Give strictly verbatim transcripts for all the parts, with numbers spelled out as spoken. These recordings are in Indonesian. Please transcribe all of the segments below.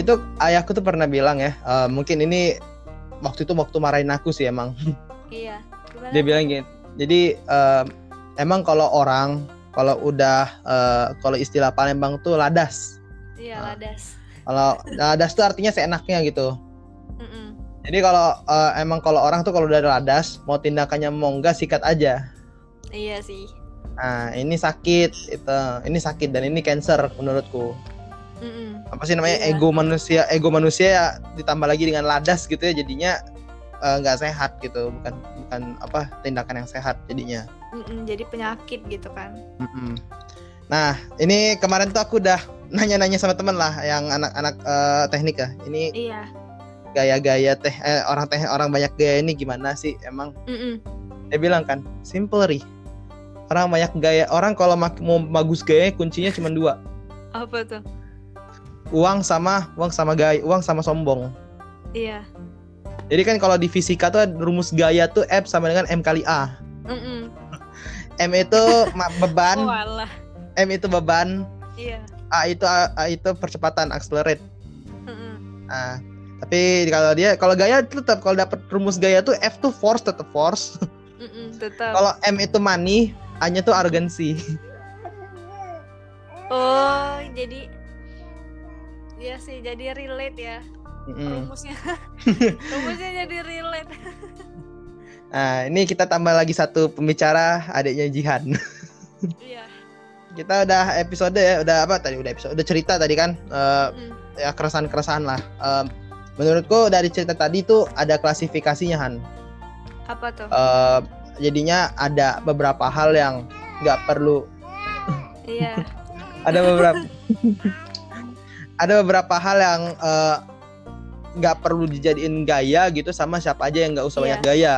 tuh ayahku tuh pernah bilang ya, uh, mungkin ini waktu itu waktu marahin aku sih emang. Iya. Gimana? Dia bilang gini. Jadi uh, emang kalau orang kalau udah uh, kalau istilah Palembang tuh ladas. Iya, Nah, ladas. Kalau ladas tuh artinya seenaknya gitu. Mm-mm. Jadi kalau uh, emang kalau orang tuh kalau udah ladas, mau tindakannya mau enggak sikat aja. Iya sih. Nah, ini sakit, itu, ini sakit dan ini cancer menurutku. Mm-mm. Apa sih namanya, Iya. ego manusia, ego manusia ya, ditambah lagi dengan ladas gitu ya, jadinya nggak uh, sehat gitu, bukan bukan apa tindakan yang sehat jadinya. Mm-mm, jadi penyakit gitu kan. Mm-mm. Nah, ini kemarin tuh aku udah nanya-nanya sama teman lah yang anak-anak uh, teknik ya. Ini Iya. gaya-gaya teh eh, orang teh orang banyak gaya ini gimana sih emang? Mm-mm. Dia bilang kan, simple Ri. Orang banyak gaya, orang kalau mak- mau bagus gaya kuncinya cuma dua. Apa tuh? Uang sama uang sama gaya, uang sama sombong. Iya. Jadi kan kalau di fisika tuh rumus gaya tuh F sama dengan M kali A. Mm-mm. M itu beban, Oh, alah. M itu beban, Iya. A itu A, A itu percepatan, accelerate. Mm-mm. Nah, tapi kalau dia kalau gaya tetap kalau dapat rumus gaya tuh F tuh force, tetap force. Mm-mm, tetap. Kalau M itu money, A-nya tuh arrogancy. Oh, jadi ya sih, jadi relate ya. Mm-mm. Rumusnya. Rumusnya jadi relate. Nah, ini kita tambah lagi satu pembicara, adiknya Jihan. Iya. Kita udah episode ya, udah apa tadi? Udah episode, udah cerita tadi kan, uh, Mm. ya keresahan-keresahan lah. Uh, menurutku dari cerita tadi tuh ada klasifikasinya Han. Apa tuh? Uh, jadinya ada beberapa hal yang nggak perlu. Iya. Ada beberapa. Ada beberapa hal yang nggak uh, perlu dijadiin gaya gitu, sama siapa aja yang nggak usah Iya. banyak gaya.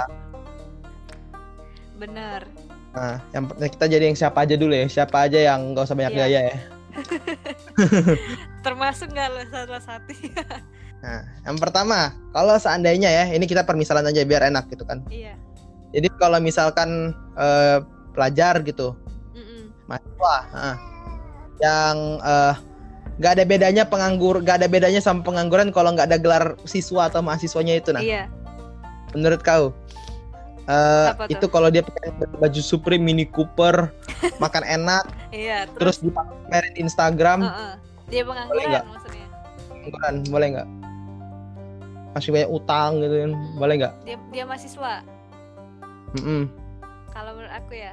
Bener. Nah, yang kita jadi yang siapa aja dulu ya, siapa aja yang nggak usah banyak Iya. gaya ya. Termasuk nggak lo salah satu? Nah, yang pertama, kalau seandainya ya, ini kita permisalan aja biar enak gitu kan. Iya. Jadi kalau misalkan uh, pelajar gitu, Mm-mm. mahasiswa, nah, yang uh, nggak ada bedanya penganggur, nggak ada bedanya sama pengangguran kalau nggak ada gelar siswa atau mahasiswanya itu. Nah, Iya. menurut kau, uh, Apa tuh? itu kalau dia pakai baju Supreme, Mini Cooper, makan enak, Iya. terus Terus. dipamerin di Instagram, Uh-uh. Dia Boleh pengangguran nggak? maksudnya. pengangguran, boleh nggak? Masih banyak utang gitu kan, boleh nggak? Dia dia mahasiswa. Mm-mm. Kalau menurut aku ya,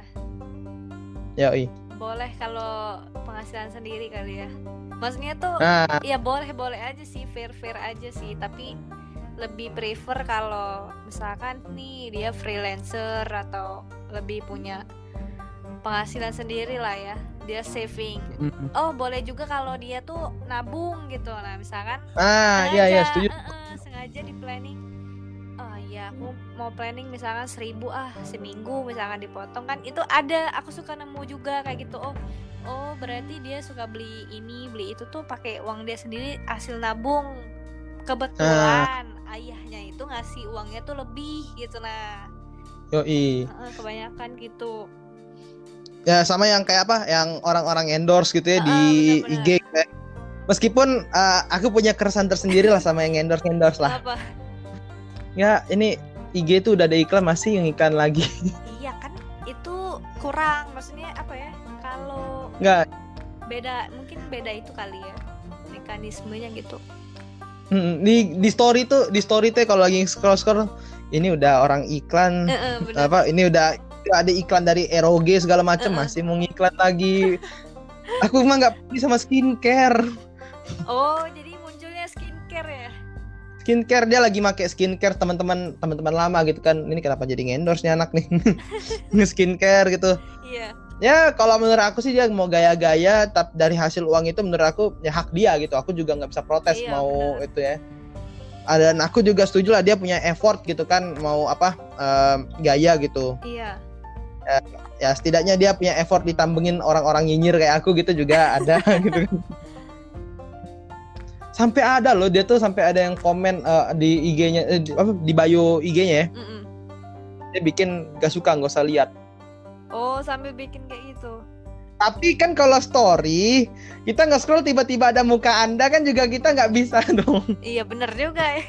Yoi. boleh kalau penghasilan sendiri kali ya. Maksudnya tuh, Nah, ya boleh-boleh aja sih, fair-fair aja sih. Tapi lebih prefer kalau misalkan nih dia freelancer atau lebih punya penghasilan sendiri lah ya, dia saving. mm-mm. Oh, boleh juga kalau dia tuh nabung gitu. Nah, misalkan ah, iya iya setuju. uh-uh, sengaja di planning. Oh iya, aku mau planning misalkan seribu ah seminggu, misalkan dipotong kan itu ada. Aku suka nemu juga kayak gitu. Oh, oh berarti dia suka beli ini beli itu tuh pakai uang dia sendiri, hasil nabung. Kebetulan ayahnya itu ngasih uangnya tuh lebih gitu. Nah, Yoi. uh-uh, kebanyakan gitu. Ya sama yang kayak apa, yang orang-orang endorse gitu ya Uh-uh, di benar-benar. I G kayak. Meskipun uh, aku punya keresahan tersendiri lah sama yang endorse-endorse lah. Apa? Ya ini I G tuh udah ada iklan, masih yang iklan lagi. Iya kan, itu kurang. Maksudnya apa ya? Kalau Enggak. beda, mungkin beda itu kali ya mekanismenya gitu. Hmm, di di story tuh, di story tuh kalau lagi scroll-scroll, ini udah orang iklan, Uh-uh, bener. apa ini udah ada iklan dari eroge segala macam, Uh-uh. masih mau ngiklan lagi. Aku emang nggak peduli sama skincare. Oh, jadi munculnya skincare ya? Skincare, dia lagi make skincare, teman-teman teman-teman lama gitu kan. Ini kenapa jadi nge-endorse nih anak nih? Nge-skincare gitu. Iya. Ya kalau menurut aku sih dia mau gaya-gaya, tapi dari hasil uang itu menurut aku ya hak dia gitu. Aku juga nggak bisa protes Iya, mau benar. itu ya. Ah, dan aku juga setuju lah dia punya effort gitu kan, mau apa em, gaya gitu. Iya. Ya setidaknya dia punya effort ditambengin orang-orang nyinyir kayak aku gitu juga ada gitu kan. Sampai ada loh dia tuh, sampai ada yang komen uh, di I G-nya, eh, di, apa, di bio I G-nya ya. Mm-mm. Dia bikin gak suka, gak usah lihat. Oh, sambil bikin kayak gitu. Tapi kan kalau story kita nge-scroll tiba-tiba ada muka Anda kan juga kita nggak bisa dong. Iya bener juga ya.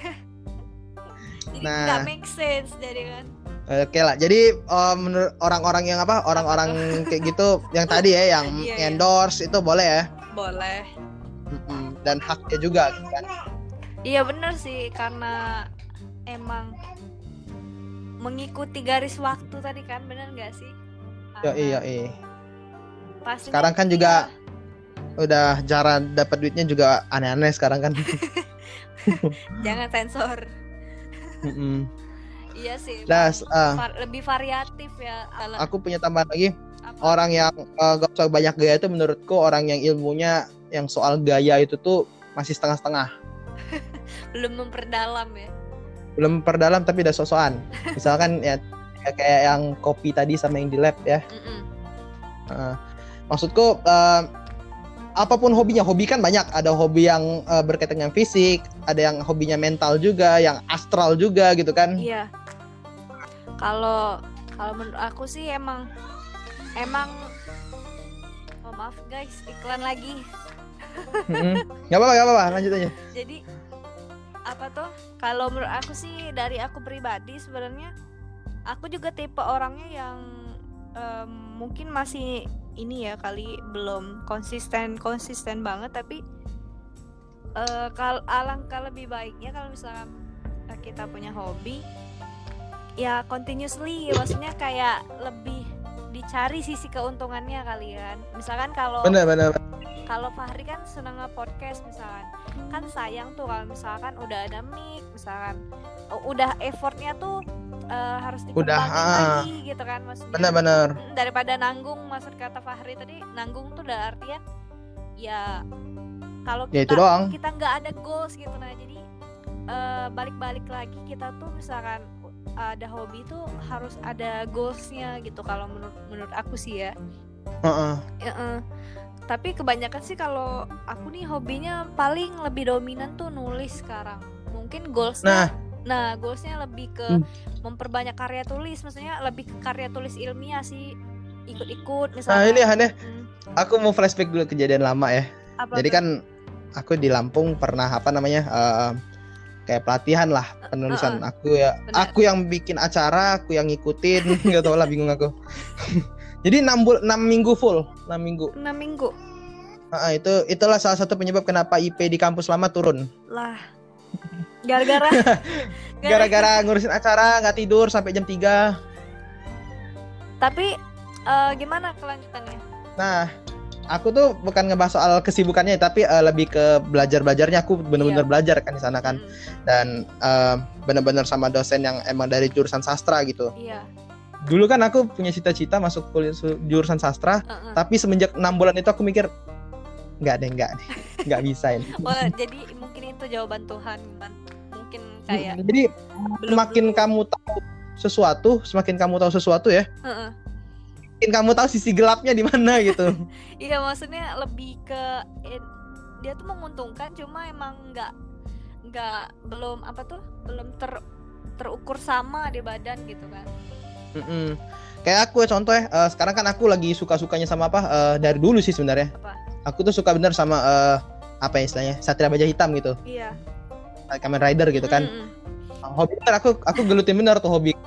Jadi Nah. nggak make sense jadi kan. Oke lah. Jadi uh, menurut orang-orang yang apa? Orang-orang kayak gitu yang tadi ya yang Iya, iya. endorse itu boleh ya. Boleh. Mm-mm. Dan haknya juga gitu kan. Iya bener sih karena emang mengikuti garis waktu tadi kan, bener nggak sih? Yo iya iya. Pastinya Sekarang kan juga udah cara dapat duitnya juga aneh-aneh sekarang kan. jangan sensor. Mm-mm. Iya sih. Nah, emang uh, var- lebih variatif ya. Kalau aku punya tambahan lagi. apa? Orang yang uh, gak usah banyak gaya itu menurutku orang yang ilmunya yang soal gaya itu tuh masih setengah-setengah. belum memperdalam ya. Belum perdalam tapi udah sosokan. Misalkan ya ya kayak yang kopi tadi sama yang di lab ya. Mm-mm. Uh, maksudku uh, apapun hobinya, hobi kan banyak. Ada hobi yang uh, berkaitan dengan fisik, ada yang hobinya mental juga, yang astral juga gitu kan. Iya. Kalau kalau menurut aku sih emang emang oh maaf guys, iklan lagi. Mm-mm. Gak apa-apa, gak apa-apa, lanjut aja. Jadi apa tuh? Kalau menurut aku sih dari aku pribadi sebenarnya aku juga tipe orangnya yang em, mungkin masih ini ya kali belum konsisten konsisten banget tapi eh, kalau alangkah lebih baiknya kalau misalkan eh, kita punya hobi ya continuously, maksudnya kayak lebih dicari sisi keuntungannya kalian. Misalkan kalau Bener, bener. kalau Fahri kan seneng nge-podcast misalkan, kan sayang tuh kalau misalkan udah ada mic misalkan, oh, udah effortnya tuh uh, harus dikembangin Udah, ah. lagi gitu kan maksudnya. Bener-bener. Mm, daripada nanggung, maksud kata Fahri tadi nanggung tuh udah artian ya kalau Ya, kita itu doang. kita nggak ada goals gitu. Nah jadi uh, balik-balik lagi kita tuh misalkan ada hobi tuh harus ada goalsnya gitu kalau menurut menurut aku sih ya. Uh-uh. Ya, eh. Tapi kebanyakan sih kalau aku nih hobinya paling lebih dominan tuh nulis sekarang. Mungkin goalsnya, Nah. nah goalsnya lebih ke Hmm. memperbanyak karya tulis, maksudnya lebih ke karya tulis ilmiah sih, ikut-ikut Nah misalnya. ini aneh. Hmm, Aku mau flashback dulu kejadian lama ya. apa Jadi tuh? kan aku di Lampung pernah apa namanya uh, kayak pelatihan lah penulisan. Uh-uh. Aku ya, Benar. aku yang bikin acara, aku yang ngikutin, nggak tau lah, bingung aku. Jadi enam bul enam minggu full, enam minggu. enam minggu Ah, itu itulah salah satu penyebab kenapa I P di kampus lama turun. lah. Gara-gara Gara-gara ngurusin acara, nggak tidur sampai jam tiga. Tapi eh, gimana kelanjutannya? Nah, aku tuh bukan ngebahas soal kesibukannya, tapi uh, lebih ke belajar-belajarnya. Aku bener-bener Iya. belajar kan di sana kan, Hmm, dan uh, bener-bener sama dosen yang emang dari jurusan sastra gitu. iya. Dulu kan aku punya cita-cita masuk kuliah su- jurusan sastra, Uh-uh. tapi semenjak enam bulan itu aku mikir nggak deh, nggak deh, nggak bisa ini. Wah, jadi mungkin itu jawaban Tuhan kan. Mungkin kayak Jadi belum semakin kamu tahu sesuatu, semakin kamu tahu sesuatu ya, Heeh. semakin kamu tahu sisi gelapnya di mana gitu. Iya, maksudnya lebih ke eh, dia tuh menguntungkan, cuma emang nggak nggak belum apa tuh belum ter terukur sama di badan gitu kan. Mm-mm. Kayak aku ya, contoh ya, eh, sekarang kan aku lagi suka-sukanya sama apa, eh, dari dulu sih sebenarnya. Apa? Aku tuh suka bener sama eh, apa ya istilahnya, Satria Baja Hitam gitu, Iya. Kamen Rider gitu kan. Mm-mm. Hobi bener, aku aku gelutin bener tuh hobi.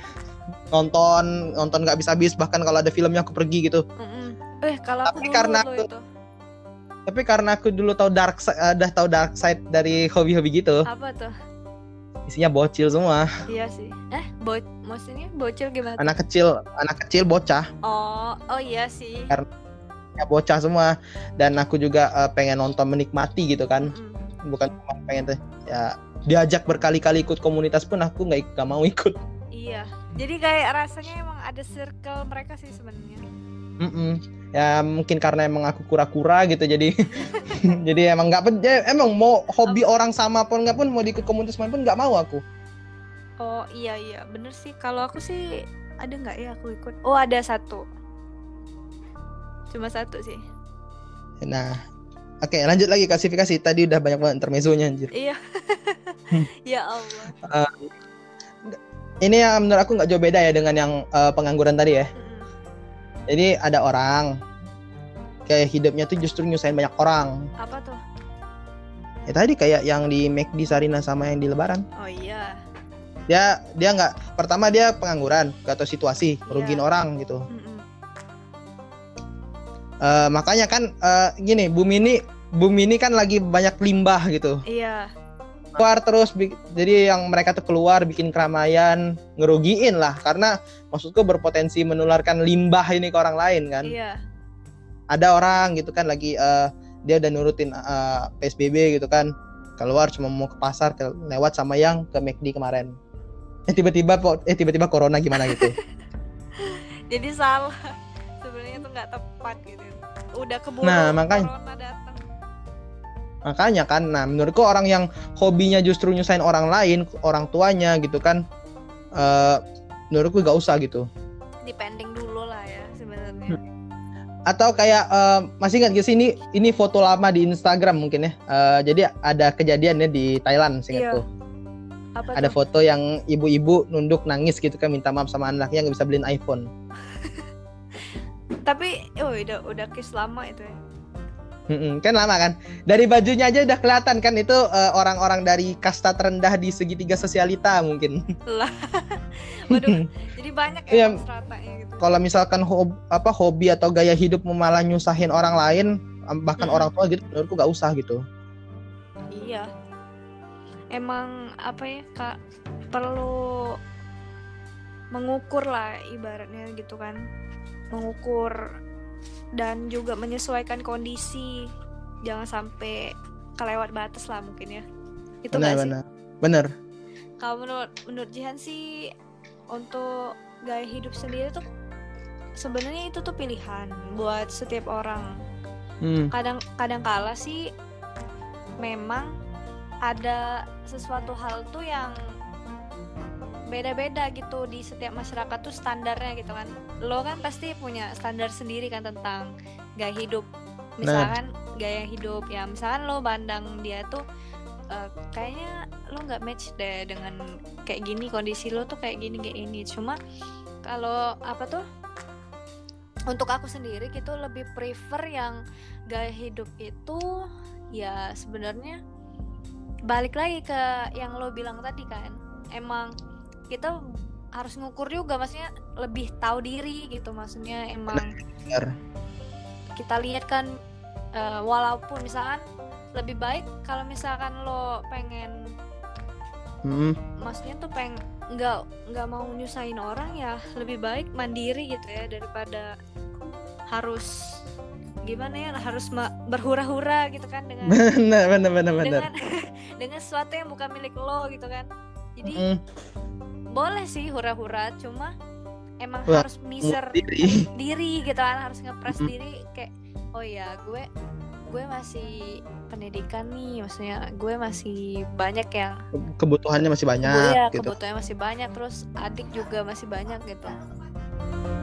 nonton nonton nggak habis-habis, bahkan kalau ada filmnya aku pergi gitu. Mm-mm. Eh kalau aku Tapi dulu karena loh aku- itu Tapi karena aku dulu tahu dark side, uh, dah tahu dark side dari hobi-hobi gitu, apa tuh? isinya bocil semua, Iya sih. Eh, bo maksudnya bocil gimana? tuh? anak kecil, anak kecil bocah, Oh, oh iya sih. ya bocah semua. Dan aku juga uh, pengen nonton menikmati gitu kan, Mm-mm. bukan cuma pengen tuh ya diajak berkali-kali ikut komunitas pun aku nggak nggak mau ikut. Iya. Jadi kayak rasanya emang ada circle mereka sih sebenarnya. Mm-mm. Ya mungkin karena emang aku kura-kura gitu, jadi jadi emang nggak pen- ya, emang mau hobi orang sama pun nggak pun mau ikut komunitas mana pun nggak mau aku. Oh iya iya bener sih. Kalau aku sih ada nggak ya aku ikut? Oh ada satu. Cuma satu sih. Nah, oke lanjut lagi klasifikasi. Tadi udah banyak banget intermezzonya anjir. Iya. Hmm. Ya Allah. Uh, ini yang menurut aku nggak jauh beda ya dengan yang uh, pengangguran tadi ya. Mm-mm. Jadi ada orang gaya hidupnya tuh justru nyusahin banyak orang. Apa tuh? Ya tadi kayak yang di McD Sarina sama yang di Lebaran. Oh iya. Dia dia nggak, pertama dia pengangguran, gak tahu situasi, merugiin Iya. orang gitu. Mm-mm. Eh, makanya kan eh, gini, bumi ini bumi ini kan lagi banyak limbah gitu. Iya. Keluar terus, bi- jadi yang mereka tuh keluar bikin keramaian, ngerugiin lah, karena maksudku berpotensi menularkan limbah ini ke orang lain kan. Iya. Ada orang gitu kan lagi eh, dia udah nurutin eh, P S B B gitu kan, keluar cuma mau ke pasar, ke, lewat sama yang ke McD kemarin. Eh tiba-tiba po- eh tiba-tiba corona gimana gitu. Jadi salah. Sebenarnya tuh nggak tepat gitu. Udah keburu Nah, makanya. corona datang. Makanya kan, nah menurutku orang yang hobinya justru nyusahin orang lain, orang tuanya gitu kan, eh menurutku gak usah gitu. Depending dulu lah ya sebenarnya. Atau kayak eh, masih ingat gak sih ini ini foto lama di Instagram mungkin ya. Eh, jadi ada kejadian ya di Thailand seingatku. Apa Ada tuh? foto yang ibu-ibu nunduk nangis gitu kan, minta maaf sama anaknya nggak bisa beliin iPhone. Tapi oh udah udah kiss lama itu ya. Mm-mm, kan lama kan. Dari bajunya aja udah kelihatan kan itu eh, orang-orang dari kasta terendah di segitiga sosialita mungkin. Lah. Waduh, jadi banyak ya Iya. stratanya gitu. Kalau misalkan hobi, apa hobi atau gaya hidup malah nyusahin orang lain, bahkan Mm-mm. orang tua gitu, menurutku gak usah gitu. Iya. Emang apa ya, Kak, perlu mengukur lah ibaratnya gitu kan. Mengukur dan juga menyesuaikan kondisi. Jangan sampai kelewat batas lah mungkin ya. Itu Benar, nggak sih? benar. Bener. Kalau menurut menurut Jihan sih, untuk gaya hidup sendiri tuh sebenarnya itu tuh pilihan buat setiap orang. Hmm. Kadang kadang kala sih memang ada sesuatu hal tuh yang beda-beda gitu di setiap masyarakat tuh standarnya gitu kan. Lo kan pasti punya standar sendiri kan tentang gaya hidup. Misalkan gaya hidup ya, misalkan lo pandang dia tuh eh, kayaknya lo nggak match deh dengan kayak gini, kondisi lo tuh kayak gini kayak ini. Cuma kalau apa tuh, untuk aku sendiri gitu lebih prefer yang gaya hidup itu ya sebenarnya balik lagi ke yang lo bilang tadi kan, emang kita harus ngukur juga, maksudnya lebih tahu diri gitu, maksudnya emang Benar. kita lihat kan eh, walaupun misalkan lebih baik kalau misalkan lo pengen, Hmm. maksudnya tuh pengen nggak nggak mau nyusahin orang, ya lebih baik mandiri gitu ya, daripada harus gimana ya, harus ma- berhura-hura gitu kan dengan Benar, benar, benar, benar. dengan dengan sesuatu yang bukan milik lo gitu kan. Jadi Hmm. boleh sih hura-hura, cuma emang Wah, harus miser diri. diri gitu kan, harus ngepres Mm. diri kayak oh ya gue gue masih pendidikan nih, maksudnya gue masih banyak yang Kebutuhannya masih banyak gue ya gitu. kebutuhannya masih banyak, terus adik juga masih banyak gitu.